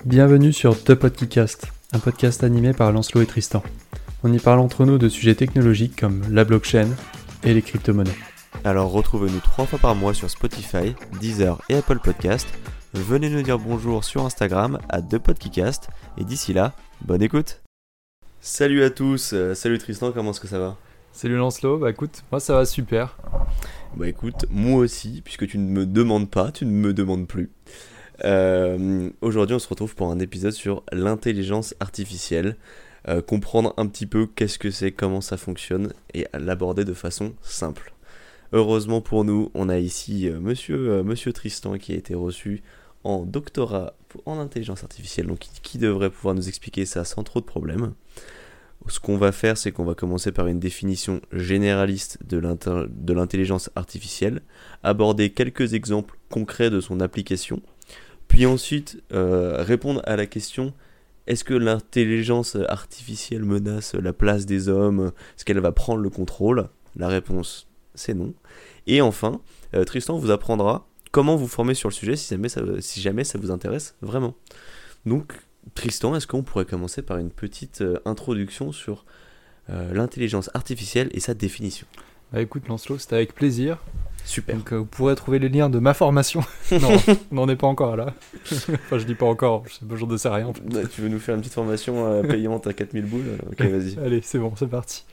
Bienvenue sur The Podcast, un podcast animé par Lancelot et Tristan. On y parle entre nous de sujets technologiques comme la blockchain et les crypto-monnaies. Alors retrouvez-nous 3 fois par mois sur Spotify, Deezer et Apple Podcast. Venez nous dire bonjour sur Instagram à ThePodcast. Et d'ici là, bonne écoute. Salut à tous, salut Tristan, comment est-ce que ça va ? Salut Lancelot, bah écoute, moi ça va super. Bah écoute, moi aussi, puisque tu ne me demandes pas, tu ne me demandes plus. Aujourd'hui on se retrouve pour un épisode sur l'intelligence artificielle. Comprendre un petit peu qu'est-ce que c'est, comment ça fonctionne et l'aborder de façon simple. Heureusement pour nous, on a ici monsieur Tristan qui a été reçu en doctorat en intelligence artificielle, donc qui devrait pouvoir nous expliquer ça sans trop de problèmes. Ce qu'on va faire, c'est qu'on va commencer par une définition généraliste de l'intelligence artificielle, aborder quelques exemples concrets de son application, puis ensuite répondre à la question: est-ce que l'intelligence artificielle menace la place des hommes ? Est-ce qu'elle va prendre le contrôle ? La réponse, c'est non. Et enfin, Tristan vous apprendra comment vous former sur le sujet si jamais ça vous intéresse vraiment. Donc, Tristan, est-ce qu'on pourrait commencer par une petite introduction sur l'intelligence artificielle et sa définition ? Bah écoute Lancelot, c'était avec plaisir. Super. Donc vous pourrez trouver les liens de ma formation. Non, on n'en est pas encore là. Enfin je dis pas encore, je ne sais rien en fait. Tu veux nous faire une petite formation payante à 4000 boules ? Ok, vas-y. Allez, c'est bon, c'est parti.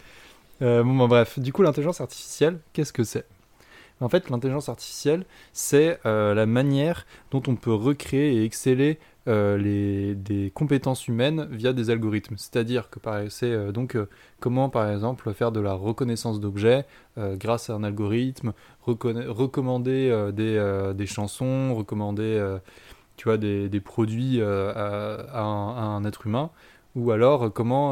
Bref, du coup l'intelligence artificielle, qu'est-ce que c'est ? En fait, l'intelligence artificielle, c'est la manière dont on peut recréer et exceller des compétences humaines via des algorithmes. C'est-à-dire que c'est comment, par exemple, faire de la reconnaissance d'objets grâce à un algorithme, recommander des chansons, recommander des produits à un être humain, ou alors comment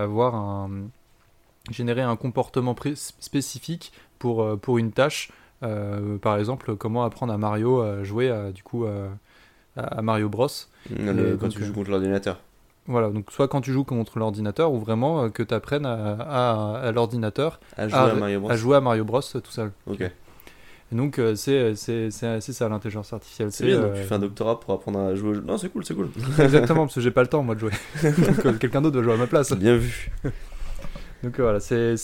générer un comportement spécifique pour une tâche. Par exemple, comment apprendre à Mario à jouer à Mario Bros. Quand tu joues contre l'ordinateur. Voilà, donc soit quand tu joues contre l'ordinateur ou vraiment que tu apprennes à l'ordinateur à jouer à Mario Bros tout seul. Ok. Et donc c'est ça l'intelligence artificielle. C'est bien, donc tu fais un doctorat pour apprendre à jouer. Non, c'est cool. Exactement, parce que j'ai pas le temps moi de jouer. Donc quelqu'un d'autre doit jouer à ma place. Bien vu. Donc voilà, c'est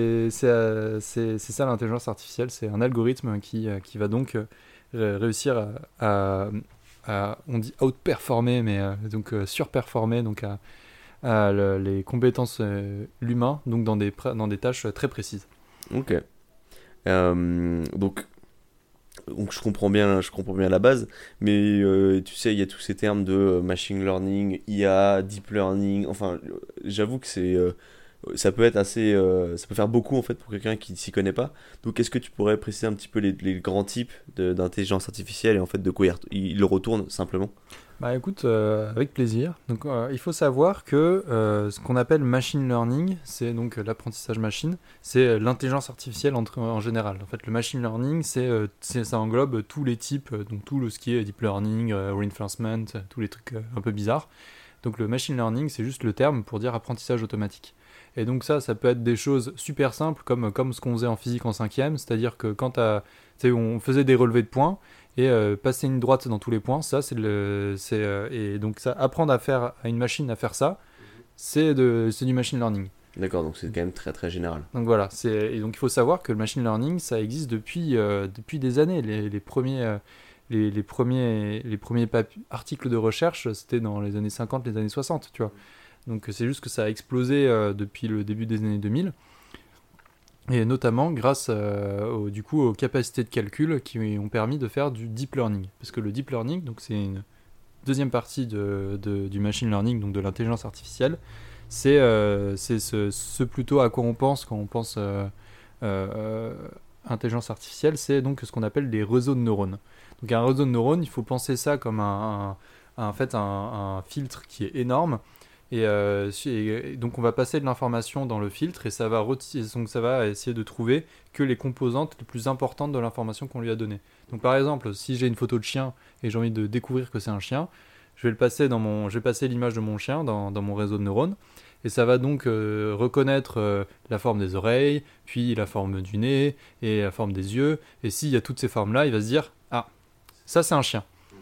ça l'intelligence artificielle, c'est un algorithme qui va donc réussir on dit outperformer, mais surperformer donc les compétences l'humain, donc dans des tâches très précises. Ok. Donc je comprends bien la base, mais tu sais, il y a tous ces termes de machine learning, IA, deep learning. Enfin, j'avoue que ça peut être ça peut faire beaucoup en fait pour quelqu'un qui s'y connaît pas. Donc est-ce que tu pourrais préciser un petit peu les grands types d'intelligence artificielle et en fait de quoi il le retourne simplement ? Bah écoute, avec plaisir. Donc il faut savoir que ce qu'on appelle machine learning, c'est donc l'apprentissage machine, c'est l'intelligence artificielle en général. En fait, le machine learning, ça englobe tous les types, donc ce qui est deep learning, reinforcement, tous les trucs un peu bizarres. Donc le machine learning, c'est juste le terme pour dire apprentissage automatique. Et donc ça peut être des choses super simples comme ce qu'on faisait en physique en 5e, c'est-à-dire que quand on faisait des relevés de points et passer une droite dans tous les points, ça et donc ça, apprendre à une machine à faire ça, c'est du machine learning. D'accord, donc c'est quand même très très général. Donc voilà, et donc il faut savoir que le machine learning, ça existe depuis des années. Les premiers articles de recherche, c'était dans les années 50, les années 60, tu vois. Donc c'est juste que ça a explosé depuis le début des années 2000, et notamment grâce aux capacités de calcul qui ont permis de faire du deep learning. Parce que le deep learning, donc c'est une deuxième partie du machine learning, donc de l'intelligence artificielle, c'est ce plutôt à quoi on pense quand on pense intelligence artificielle, c'est donc ce qu'on appelle des réseaux de neurones. Donc un réseau de neurones, il faut penser ça comme un filtre qui est énorme. Et donc on va passer de l'information dans le filtre et ça va essayer de trouver que les composantes les plus importantes de l'information qu'on lui a donnée. Donc par exemple, si j'ai une photo de chien et j'ai envie de découvrir que c'est un chien, je vais passer l'image de mon chien dans mon réseau de neurones, et ça va donc reconnaître la forme des oreilles, puis la forme du nez et la forme des yeux, et s'il y a toutes ces formes là, il va se dire: ah, ça c'est un chien.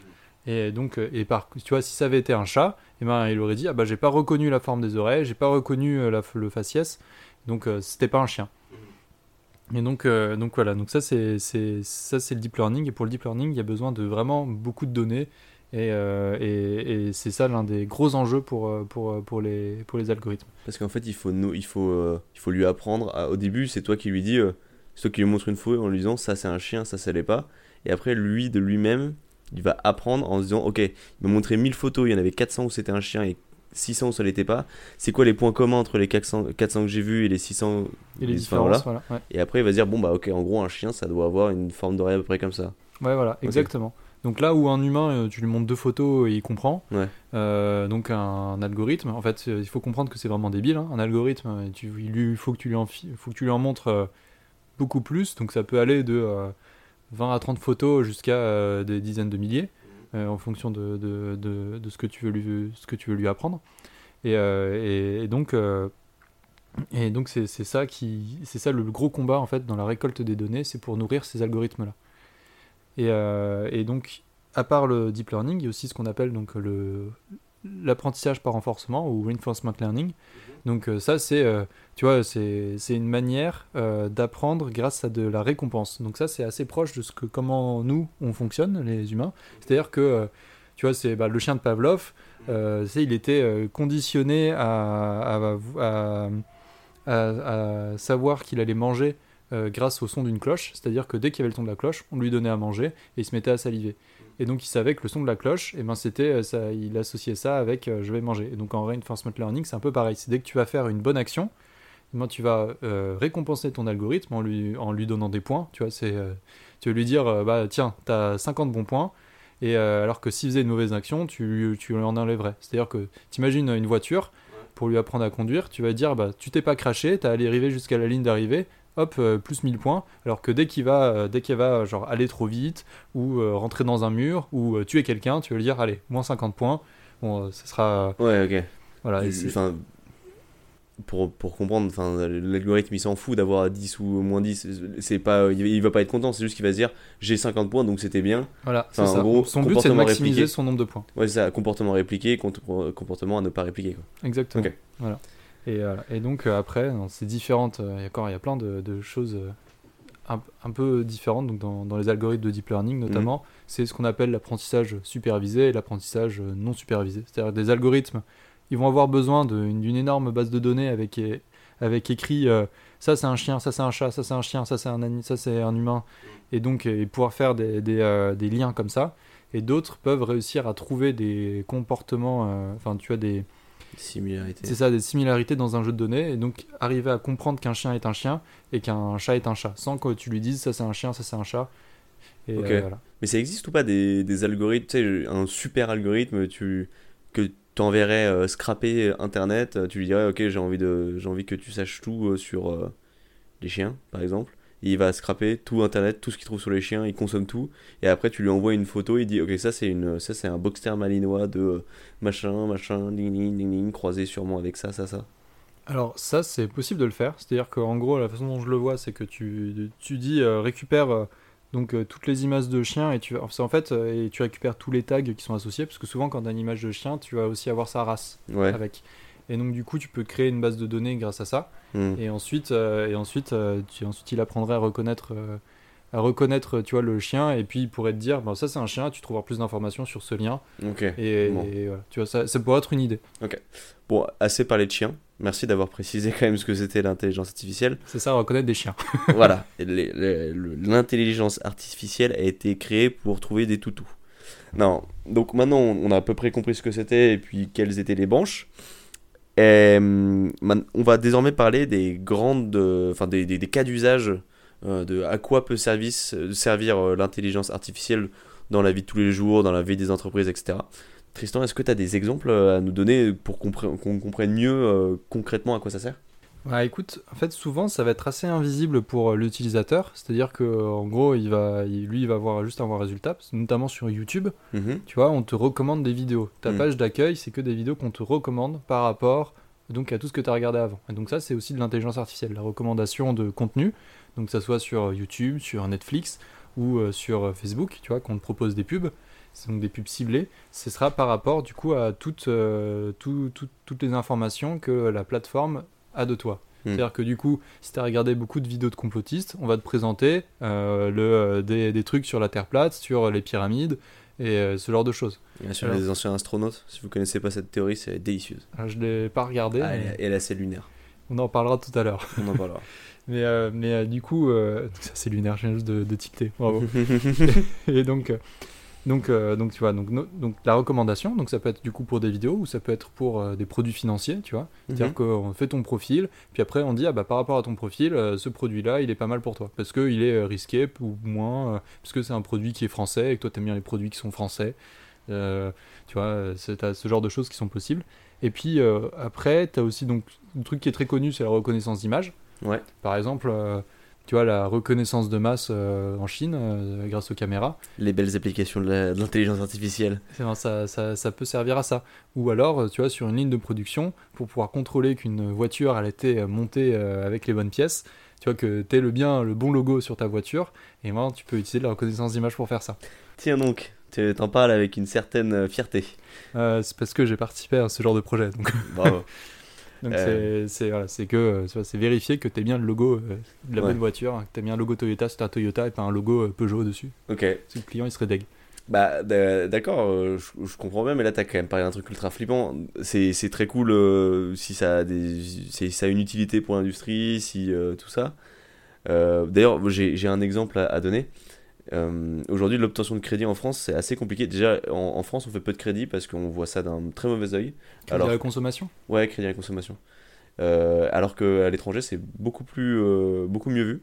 Et donc, tu vois, si ça avait été un chat, eh ben, il aurait dit, ah bah j'ai pas reconnu la forme des oreilles, j'ai pas reconnu le faciès, donc c'était pas un chien. Et donc voilà, donc ça c'est le deep learning, et pour le deep learning, il y a besoin de vraiment beaucoup de données, et c'est ça l'un des gros enjeux pour les algorithmes. Parce qu'en fait, il faut lui apprendre. Au début, c'est toi qui lui dis, c'est toi qui lui montre une photo en lui disant ça c'est un chien, ça l'est pas. Et après, lui, de lui-même, il va apprendre en se disant ok, il m'a montré 1000 photos, il y en avait 400 où c'était un chien et 600 où ça l'était pas. C'est quoi les points communs entre les 400 que j'ai vus et les 600 Et les différences, voilà. Ouais. Et après, il va se dire bon, bah ok, en gros, un chien, ça doit avoir une forme d'oreille à peu près comme ça. Ouais, voilà, exactement. Donc là où un humain, tu lui montres 2 photos et il comprend, Ouais. donc un algorithme, en fait, il faut comprendre que c'est vraiment débile, hein. Un algorithme, il faut que tu lui en montres beaucoup plus, donc ça peut aller de 20 à 30 photos jusqu'à des dizaines de milliers, en fonction de ce que tu veux lui apprendre. Et donc c'est ça le gros combat en fait dans la récolte des données, c'est pour nourrir ces algorithmes là. Et donc à part le deep learning, il y a aussi ce qu'on appelle donc l'apprentissage par renforcement ou reinforcement learning. Donc ça tu vois, c'est une manière d'apprendre grâce à de la récompense. Donc ça c'est assez proche de comment nous on fonctionne les humains. C'est-à-dire que tu vois, c'est le chien de Pavlov, il était conditionné à savoir qu'il allait manger grâce au son d'une cloche, c'est-à-dire que dès qu'il y avait le son de la cloche, on lui donnait à manger et il se mettait à saliver. Et donc il savait que le son de la cloche, c'était ça, il associait ça avec je vais manger. Et donc en reinforcement learning, c'est un peu pareil. C'est dès que tu vas faire une bonne action, tu vas récompenser ton algorithme en lui donnant des points. Tu vois, tu vas lui dire tiens, t'as 50 bons points. Et alors que s'il faisait une mauvaise action, tu lui en enlèverais. C'est-à-dire que t'imagines une voiture, pour lui apprendre à conduire, tu vas dire tu t'es pas craché, t'as arrivé jusqu'à la ligne d'arrivée, hop, plus 1000 points. Alors que dès qu'il va genre aller trop vite, ou rentrer dans un mur, ou tuer quelqu'un, tu vas lui dire allez, moins 50 points. Bon, ce sera. Ouais, ok. Voilà. Pour comprendre, l'algorithme il s'en fout d'avoir 10 ou moins 10, c'est pas, il va pas être content, c'est juste qu'il va se dire j'ai 50 points donc c'était bien. Voilà, c'est ça. En gros, son but c'est de maximiser répliqué. Son nombre de points. Ouais, c'est ça, comportement répliqué, comportement à ne pas répliquer. Quoi. Exactement. Okay. Voilà. Et donc après, c'est différentes, il y a plein de choses un peu différentes donc dans les algorithmes de deep learning notamment. C'est ce qu'on appelle l'apprentissage supervisé et l'apprentissage non supervisé. C'est-à-dire des algorithmes, ils vont avoir besoin d'une énorme base de données avec écrit ça c'est un chien, ça c'est un chat, ça c'est un chien, ça c'est un humain, et donc pouvoir faire des liens comme ça. Et d'autres peuvent réussir à trouver des comportements, tu vois, des similarités. C'est ça, des similarités dans un jeu de données, et donc arriver à comprendre qu'un chien est un chien et qu'un chat est un chat, sans que tu lui dises ça c'est un chien, ça c'est un chat. Et voilà. Mais ça existe ou pas des algorithmes, tu sais, un super algorithme que t'enverrais scraper internet, tu lui dirais ok j'ai envie que tu saches tout sur les chiens par exemple, et il va scraper tout internet, tout ce qu'il trouve sur les chiens, il consomme tout, et après tu lui envoies une photo, il dit ok ça c'est un boxer malinois de machin ding ding ding ding croisé sûrement avec ça. Alors ça c'est possible de le faire, c'est-à-dire qu'en gros la façon dont je le vois c'est que tu dis récupère donc toutes les images de chiens et tu récupères tous les tags qui sont associés, parce que souvent quand tu as une image de chien tu vas aussi avoir sa race avec, et donc du coup tu peux créer une base de données grâce à ça. Et ensuite il apprendrait à reconnaître tu vois le chien, et puis il pourrait te dire ça c'est un chien, tu trouveras plus d'informations sur ce lien. Et voilà, tu vois, ça pourrait être une idée. Bon, assez parlé de chiens. Merci d'avoir précisé quand même ce que c'était l'intelligence artificielle. C'est ça, reconnaître des chiens. Voilà, l'intelligence artificielle a été créée pour trouver des toutous. Non, donc maintenant on a à peu près compris ce que c'était et puis quelles étaient les branches. On va désormais parler des des cas d'usage, de à quoi peut servir l'intelligence artificielle dans la vie de tous les jours, dans la vie des entreprises, etc. Tristan, est-ce que tu as des exemples à nous donner pour qu'on comprenne mieux concrètement à quoi ça sert ? Écoute, en fait, souvent, ça va être assez invisible pour l'utilisateur. C'est-à-dire qu'en gros, il va juste avoir un résultat, notamment sur YouTube. Tu vois, on te recommande des vidéos. Ta page d'accueil, c'est que des vidéos qu'on te recommande par rapport donc, à tout ce que tu as regardé avant. Et donc ça, c'est aussi de l'intelligence artificielle, la recommandation de contenu. Donc, que ça soit sur YouTube, sur Netflix, ou sur Facebook, tu vois, qu'on te propose des pubs, c'est donc des pubs ciblées, ce sera par rapport du coup à toutes les informations que la plateforme a de toi. C'est-à-dire que du coup, si tu as regardé beaucoup de vidéos de complotistes, on va te présenter des trucs sur la Terre plate, sur les pyramides et ce genre de choses. Sur les anciens astronautes, si vous connaissez pas cette théorie, c'est délicieuse. Alors, je l'ai pas regardé. Et elle est assez lunaire. On en parlera tout à l'heure. On en parlera. mais du coup, ça c'est lunaire, je viens juste de tilter. Bravo. Et donc tu vois, donc la recommandation, donc ça peut être du coup pour des vidéos ou ça peut être pour des produits financiers, tu vois. C'est-à-dire qu'on fait ton profil, puis après on dit par rapport à ton profil, ce produit-là, il est pas mal pour toi parce que il est risqué ou moins, parce que c'est un produit qui est français et que toi t'aimes bien les produits qui sont français. Tu vois, t'as ce genre de choses qui sont possibles. Et puis après, t'as aussi donc le truc qui est très connu, c'est la reconnaissance d'image. Ouais. Par exemple. Tu vois, la reconnaissance de masse en Chine, grâce aux caméras. Les belles applications de l'intelligence artificielle. Ça peut servir à ça. Ou alors, tu vois, sur une ligne de production, pour pouvoir contrôler qu'une voiture elle a été montée avec les bonnes pièces, tu vois, que tu aies le bon logo sur ta voiture, et moi, tu peux utiliser de la reconnaissance d'image pour faire ça. Tiens donc, tu t'en parles avec une certaine fierté. C'est parce que j'ai participé à ce genre de projet. Donc... Bravo. Donc c'est vérifier que t'es bien le logo de la bonne voiture, que t'as bien un logo Toyota sur ta Toyota et pas un logo Peugeot dessus. Ok. Si le client il serait deg. Bah d'accord, je comprends bien, mais là t'as quand même parlé d'un truc ultra flippant. C'est très cool si ça a une utilité pour l'industrie, si tout ça. D'ailleurs, j'ai un exemple à donner. Aujourd'hui, l'obtention de crédit en France, c'est assez compliqué. Déjà, en France, on fait peu de crédit parce qu'on voit ça d'un très mauvais œil. Crédit à la consommation ? Ouais, crédit à la consommation. Alors qu'à l'étranger, c'est beaucoup mieux vu.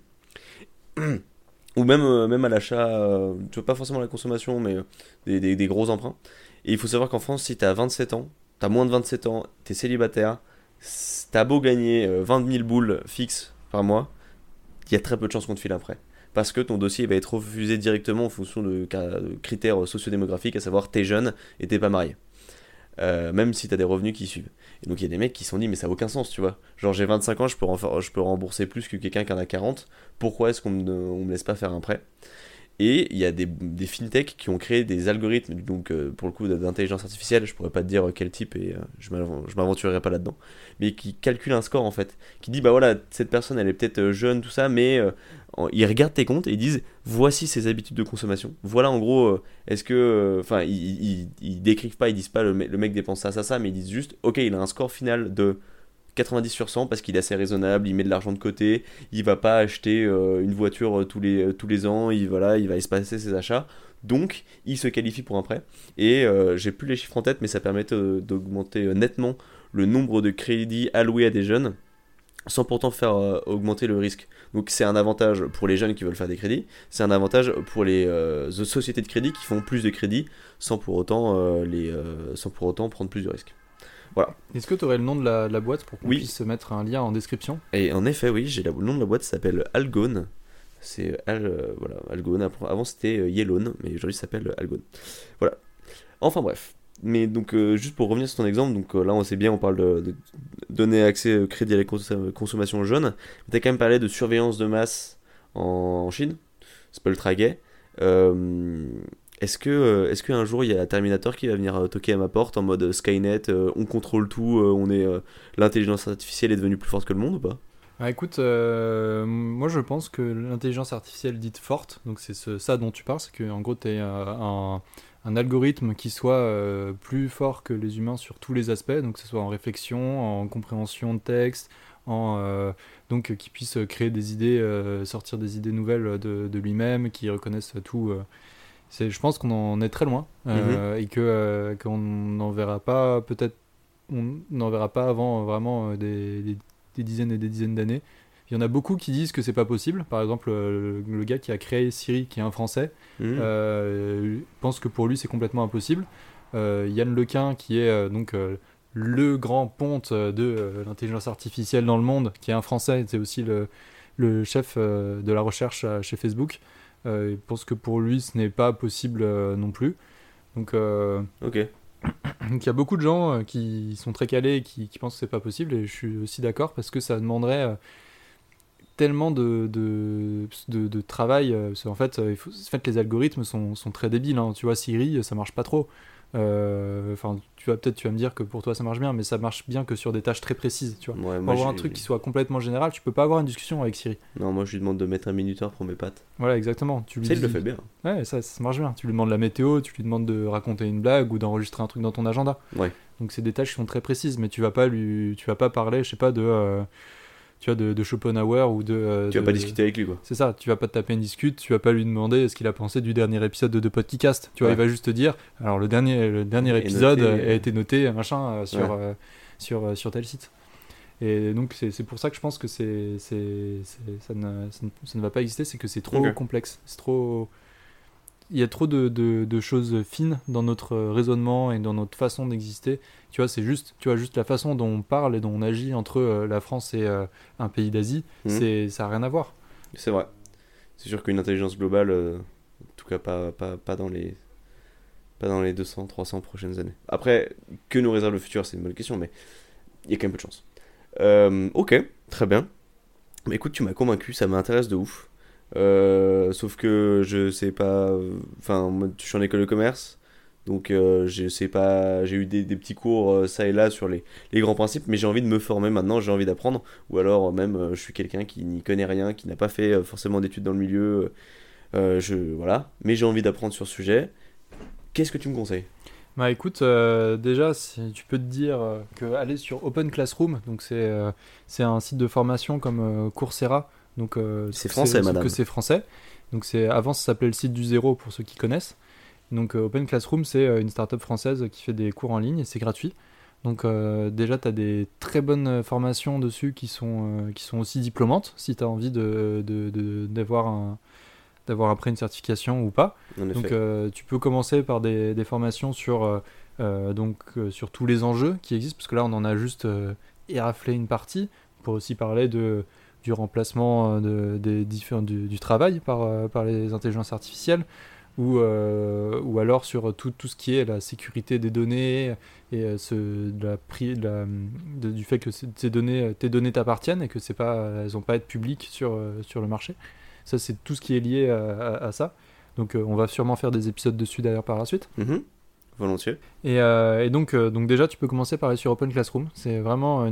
Ou même à l'achat, tu vois, pas forcément à la consommation, mais des gros emprunts. Et il faut savoir qu'en France, si t'as 27 ans, t'as moins de 27 ans, t'es célibataire, t'as beau gagner 20 000 boules fixes par mois, il y a très peu de chances qu'on te file un prêt. Parce que ton dossier va être refusé directement en fonction de critères sociodémographiques, à savoir t'es jeune et t'es pas marié. Même si t'as des revenus qui suivent. Et donc il y a des mecs qui se sont dit mais ça n'a aucun sens, tu vois. Genre j'ai 25 ans, je peux rembourser plus que quelqu'un qui en a 40. Pourquoi est-ce qu'on me laisse pas faire un prêt ? Et il y a des fintechs qui ont créé des algorithmes, donc pour le coup d'intelligence artificielle, je pourrais pas te dire quel type et je m'aventurerai pas là-dedans, mais qui calculent un score en fait, qui dit bah voilà, cette personne elle est peut-être jeune, tout ça, mais ils regardent tes comptes et ils disent voici ses habitudes de consommation. Voilà en gros, est-ce que. Enfin, ils décrivent pas, ils disent pas le mec dépense ça, mais ils disent juste ok, il a un score final de 90 sur 100 parce qu'il est assez raisonnable, il met de l'argent de côté, il va pas acheter une voiture tous les ans, il va espacer ses achats, donc il se qualifie pour un prêt. Et j'ai plus les chiffres en tête, mais ça permet d'augmenter nettement le nombre de crédits alloués à des jeunes sans pourtant faire augmenter le risque. Donc c'est un avantage pour les jeunes qui veulent faire des crédits, c'est un avantage pour les sociétés de crédit qui font plus de crédits sans pour autant prendre plus de risques. Voilà. Est-ce que tu aurais le nom de la boîte pour qu'on puisse mettre un lien en description ? Et en effet, oui, j'ai le nom de la boîte, ça s'appelle Algone. C'est Algone. Avant c'était Yellone, mais aujourd'hui ça s'appelle Algone. Voilà. Enfin bref. Mais donc, juste pour revenir sur ton exemple, donc là on sait bien, on parle de donner accès au crédit à la consommation jeune. Tu as quand même parlé de surveillance de masse en Chine. C'est pas ultra gay. Est-ce qu'un jour il y a Terminator qui va venir toquer à ma porte en mode Skynet, on contrôle tout, l'intelligence artificielle est devenue plus forte que le monde ou pas ? Écoute, moi je pense que l'intelligence artificielle dite forte, donc c'est ça dont tu parles, c'est qu'en gros tu as un algorithme qui soit plus fort que les humains sur tous les aspects, donc que ce soit en réflexion, en compréhension de texte, donc qui puisse créer des idées, sortir des idées nouvelles de lui-même, qui reconnaissent tout. Je pense qu'on en est très loin et qu'on n'en verra pas avant vraiment des dizaines et des dizaines d'années. Il y en a beaucoup qui disent que c'est pas possible. Par exemple, le gars qui a créé Siri, qui est un Français, pense que pour lui c'est complètement impossible. Yann Lequin, qui est le grand ponte de l'intelligence artificielle dans le monde, qui est un Français, c'est aussi le chef de la recherche chez Facebook. Il pense que pour lui ce n'est pas possible non plus. Donc il y a beaucoup de gens qui sont très calés et qui pensent que c'est pas possible, et je suis aussi d'accord parce que ça demanderait tellement de travail. En fait, les algorithmes sont très débiles. Hein. Tu vois, Siri, ça marche pas trop. Enfin, tu vas me dire que pour toi ça marche bien, mais ça marche bien que sur des tâches très précises. Tu vois. Ouais, Pour moi, avoir un truc qui soit complètement général, tu peux pas avoir une discussion avec Siri. Non, moi je lui demande de mettre un minuteur pour mes pattes. Voilà, exactement. Tu lui Ça, il dis- le fait bien. Ouais, ça marche bien. Tu lui demandes la météo, tu lui demandes de raconter une blague ou d'enregistrer un truc dans ton agenda. Ouais. Donc c'est des tâches qui sont très précises, mais tu vas pas parler, je sais pas, de Schopenhauer ou Tu vas pas discuter avec lui, quoi. C'est ça, tu vas pas te taper une discute, tu vas pas lui demander ce qu'il a pensé du dernier épisode de Podcast. Tu vois, Ouais. il va juste te dire, alors le dernier Est épisode noté, a été noté, machin, sur tel site. Et donc c'est pour ça que je pense que ça ne va pas exister, c'est que c'est trop Ok. complexe, c'est trop... Il y a trop de choses fines dans notre raisonnement et dans notre façon d'exister. Tu vois, juste la façon dont on parle et dont on agit entre la France et un pays d'Asie, ça n'a rien à voir. C'est vrai. C'est sûr qu'une intelligence globale, en tout cas pas dans les 200, 300 prochaines années. Après, que nous réserve le futur, c'est une bonne question, mais il y a quand même peu de chance. Ok, très bien. Mais écoute, tu m'as convaincu, ça m'intéresse de ouf. Sauf que je sais pas. Enfin, moi, je suis en école de commerce, donc je sais pas. J'ai eu des petits cours ça et là sur les grands principes, mais j'ai envie de me former maintenant, j'ai envie d'apprendre. Ou alors même, je suis quelqu'un qui n'y connaît rien, qui n'a pas fait forcément d'études dans le milieu. Voilà, mais j'ai envie d'apprendre sur ce sujet. Qu'est-ce que tu me conseilles? Bah écoute, déjà, si tu peux te dire que aller sur Open Classroom, donc c'est un site de formation comme Coursera. Donc, C'est français, sauf madame. que c'est français. Donc avant, ça s'appelait le site du zéro pour ceux qui connaissent. Donc Open Classroom, c'est une startup française qui fait des cours en ligne et c'est gratuit. Donc déjà, tu as des très bonnes formations dessus qui sont aussi diplômantes, si tu as envie d'avoir après une certification ou pas. En effet. Donc tu peux commencer par des formations sur tous les enjeux qui existent, parce que là on en a juste éraflé une partie. On peut aussi parler du remplacement du travail par les intelligences artificielles, ou alors sur tout ce qui est la sécurité des données et du fait que tes données t'appartiennent et que elles n'ont pas à être publiques sur le marché. Ça, c'est tout ce qui est lié à ça. Donc on va sûrement faire des épisodes dessus d'ailleurs par la suite. Volontiers. Et donc déjà, tu peux commencer par aller sur Open Classroom. C'est vraiment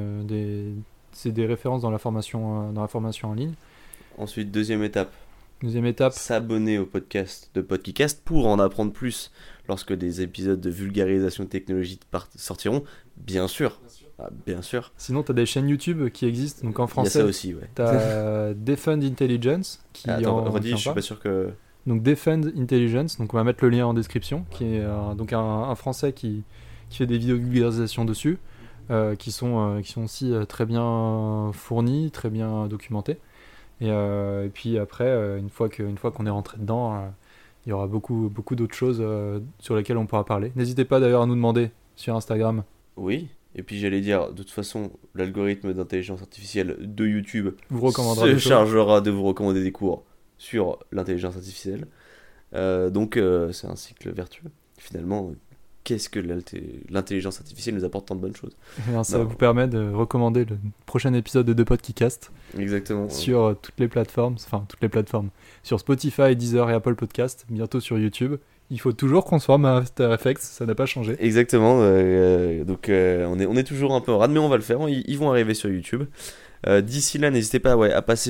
c'est des références dans la formation en ligne. Ensuite, deuxième étape. Deuxième étape. S'abonner au podcast de Podcast pour en apprendre plus lorsque des épisodes de vulgarisation technologique sortiront. Bien sûr. Ah, bien sûr. Sinon, tu as des chaînes YouTube qui existent. Donc en français, il y a ça aussi, ouais. tu as Defend Intelligence. Redis, je suis pas sûr que... Donc Defend Intelligence, donc on va mettre le lien en description, qui est donc un Français qui fait des vidéos de vulgarisation dessus, qui sont aussi très bien fournis, très bien documentés. Et puis après, une fois qu'on est rentré dedans, il y aura beaucoup d'autres choses sur lesquelles on pourra parler. N'hésitez pas d'ailleurs à nous demander sur Instagram. Oui, et puis j'allais dire, de toute façon, l'algorithme d'intelligence artificielle de YouTube Vous recommandera se des choses. chargera de vous recommander des cours sur l'intelligence artificielle. Donc c'est un cycle vertueux. Finalement, qu'est-ce que l'intelligence artificielle nous apporte tant de bonnes choses? Ça vous permet de recommander le prochain épisode de Podcast Exactement. sur toutes les plateformes, sur Spotify, Deezer et Apple Podcast, bientôt sur YouTube. Il faut toujours qu'on soit à After Effects, ça n'a pas changé. Exactement. Donc on est toujours un peu en rade, mais on va le faire. Ils vont arriver sur YouTube. D'ici là, n'hésitez pas à passer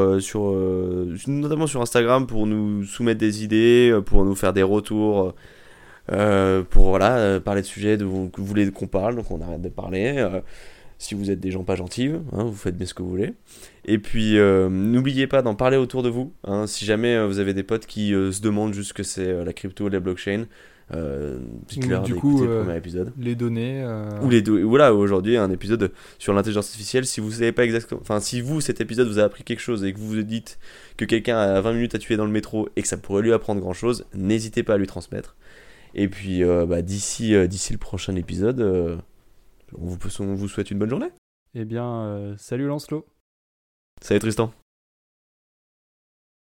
notamment sur Instagram pour nous soumettre des idées, pour nous faire des retours, pour parler de sujets que vous voulez qu'on parle, donc on arrête de parler. Si vous êtes des gens pas gentils, vous faites bien ce que vous voulez. Et puis n'oubliez pas d'en parler autour de vous. Si jamais vous avez des potes qui se demandent juste ce que c'est la crypto, la blockchain, dites-leur d'écouter le premier épisode. Les données. Voilà, aujourd'hui un épisode sur l'intelligence artificielle. Si vous savez pas exactement, si cet épisode vous a appris quelque chose et que vous vous dites que quelqu'un a 20 minutes à tuer dans le métro et que ça pourrait lui apprendre grand chose, n'hésitez pas à lui transmettre. Et puis d'ici le prochain épisode, on vous souhaite une bonne journée. Eh bien, salut Lancelot. Salut Tristan.